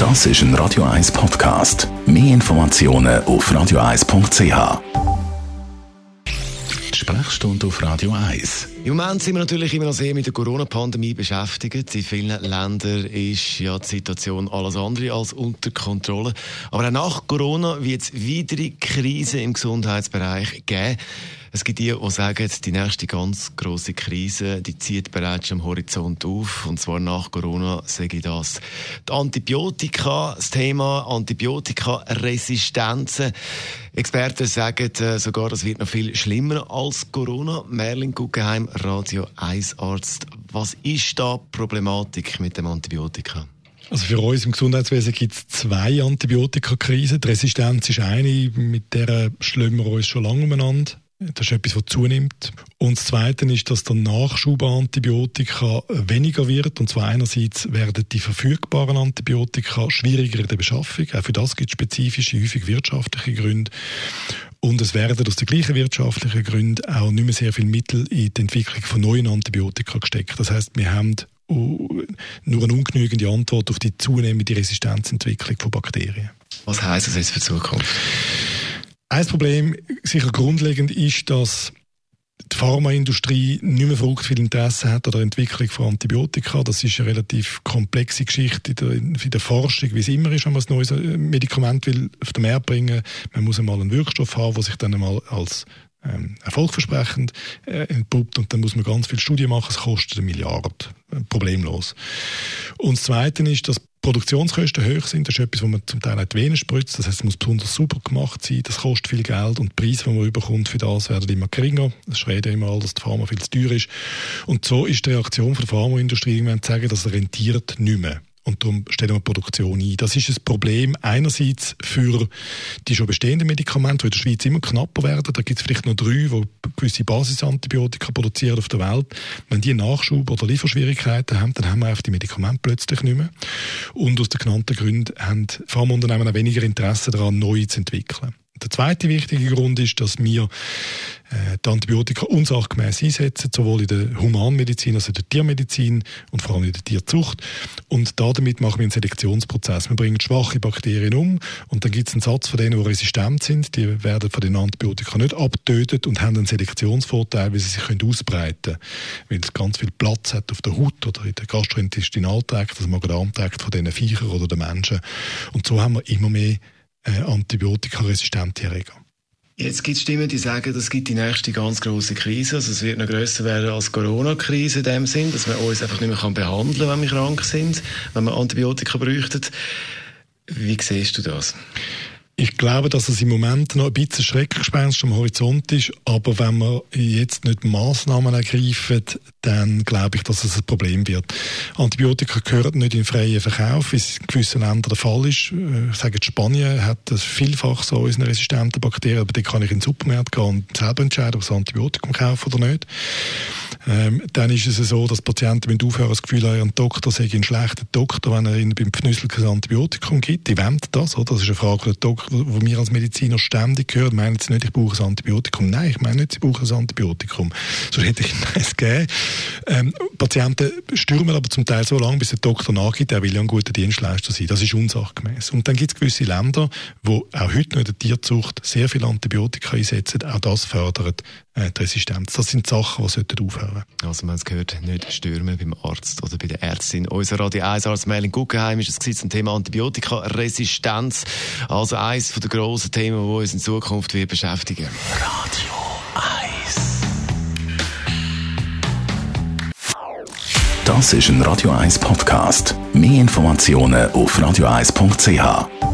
Das ist ein Radio 1 Podcast. Mehr Informationen auf radio1.ch. Sprechstunde auf Radio 1. Im Moment sind wir natürlich immer noch sehr mit der Corona-Pandemie beschäftigt. In vielen Ländern ist ja die Situation alles andere als unter Kontrolle. Aber auch nach Corona wird es weitere Krisen im Gesundheitsbereich geben. Es gibt die sagen, die nächste ganz grosse Krise, die zieht bereits am Horizont auf. Und zwar nach Corona sage ich das. Die Antibiotika, das Thema Antibiotikaresistenzen. Experten sagen sogar, das wird noch viel schlimmer als Corona. Merlin Guggenheim, Radio 1 Arzt. Was ist da die Problematik mit dem Antibiotika? Also für uns im Gesundheitswesen gibt es 2 Antibiotikakrisen. Die Resistenz ist eine, mit der schlagen wir uns schon lange umeinander. Das ist etwas, was zunimmt. Und das Zweite ist, dass der Nachschub an Antibiotika weniger wird. Und zwar einerseits werden die verfügbaren Antibiotika schwieriger in der Beschaffung. Auch für das gibt es spezifische, häufig wirtschaftliche Gründe. Und es werden aus den gleichen wirtschaftlichen Gründen auch nicht mehr sehr viele Mittel in die Entwicklung von neuen Antibiotika gesteckt. Das heisst, wir haben nur eine ungenügende Antwort auf die zunehmende Resistenzentwicklung von Bakterien. Was heisst das jetzt für die Zukunft? Ein Problem, sicher grundlegend, ist, dass die Pharmaindustrie nicht mehr verrückt viel Interesse hat an der Entwicklung von Antibiotika. Das ist eine relativ komplexe Geschichte in der Forschung, wie es immer ist, wenn man ein neues Medikament will auf den Markt bringen will. Man muss einmal einen Wirkstoff haben, der sich dann einmal als erfolgversprechend entpuppt, und dann muss man ganz viele Studien machen. Es kostet 1 Milliarde. Problemlos. Und das Zweite ist, dass Produktionskosten hoch sind. Das ist etwas, was man zum Teil auch die Venen spritzt. Das heisst, es muss besonders super gemacht sein. Das kostet viel Geld, und die Preise, die man überkommt für das, werden immer geringer. Es schreit ja immer all, dass die Pharma viel zu teuer ist. Und so ist die Reaktion von der Pharmaindustrie, irgendwann zu sagen, das rentiert nicht mehr. Und darum stellen wir Produktion ein. Das ist ein Problem einerseits für die schon bestehenden Medikamente, die in der Schweiz immer knapper werden. Da gibt es vielleicht noch 3, die gewisse Basisantibiotika produzieren auf der Welt. Wenn die Nachschub oder Lieferschwierigkeiten haben, dann haben wir auf die Medikamente plötzlich nicht mehr. Und aus den genannten Gründen haben Pharmaunternehmen auch weniger Interesse daran, neu zu entwickeln. Der zweite wichtige Grund ist, dass wir die Antibiotika unsachgemäss einsetzen, sowohl in der Humanmedizin als auch in der Tiermedizin und vor allem in der Tierzucht. Und damit machen wir einen Selektionsprozess. Wir bringen schwache Bakterien um, und dann gibt es einen Satz von denen, die resistent sind. Die werden von den Antibiotika nicht abgetötet und haben einen Selektionsvorteil, weil sie sich ausbreiten können. Weil es ganz viel Platz hat auf der Haut oder in der Gastrointestinaltrakt, also Magen-Darm-Trakt von diesen Viechern oder den Menschen. Und so haben wir immer mehr antibiotikaresistente Erreger. Jetzt gibt es Stimmen, die sagen, das gibt die nächste ganz grosse Krise. Also es wird noch grösser werden als die Corona-Krise in dem Sinn, dass man uns einfach nicht mehr behandeln kann, wenn wir krank sind, wenn wir Antibiotika bräuchten. Wie siehst du das? Ich glaube, dass es im Moment noch ein bisschen Schreckgespenst am Horizont ist, aber wenn wir jetzt nicht Massnahmen ergreifen, dann glaube ich, dass es ein Problem wird. Antibiotika gehören nicht in freien Verkauf, wie es in gewissen Ländern der Fall ist. Ich sage, Spanien hat das vielfach so unsere resistenten Bakterien, aber dann kann ich in den Supermarkt gehen und selber entscheiden, ob ich das Antibiotikum kaufe oder nicht. Dann ist es so, dass Patienten aufhören, das Gefühl haben, ein Doktor sei ein schlechter Doktor, wenn er ihnen beim Pfnüssel kein Antibiotikum gibt. Die wollen das, oder? Das ist eine Frage, die wir als Mediziner ständig hören. Meinen Sie nicht, ich brauche ein Antibiotikum? Nein, ich meine nicht, Sie brauchen ein Antibiotikum. Sonst hätte ich eins gegeben. Patienten stürmen aber zum Teil so lange, bis der Doktor nachgibt, er will ja ein guter Dienstleister sein. Das ist unsachgemäß. Und dann gibt es gewisse Länder, wo auch heute noch in der Tierzucht sehr viel Antibiotika einsetzen. Auch das fördert die Resistenz. Das sind Sachen, die aufhören sollten. Also man hat es gehört, nicht stürmen beim Arzt oder bei der Ärztin. Unser Radio 1 Arzt Merlin Guggenheim ist es zum Thema Antibiotikaresistenz. Also eines der grossen Themen, die uns in Zukunft wird beschäftigen. Radio 1. Das ist ein Radio 1 Podcast. Mehr Informationen auf radio1.ch.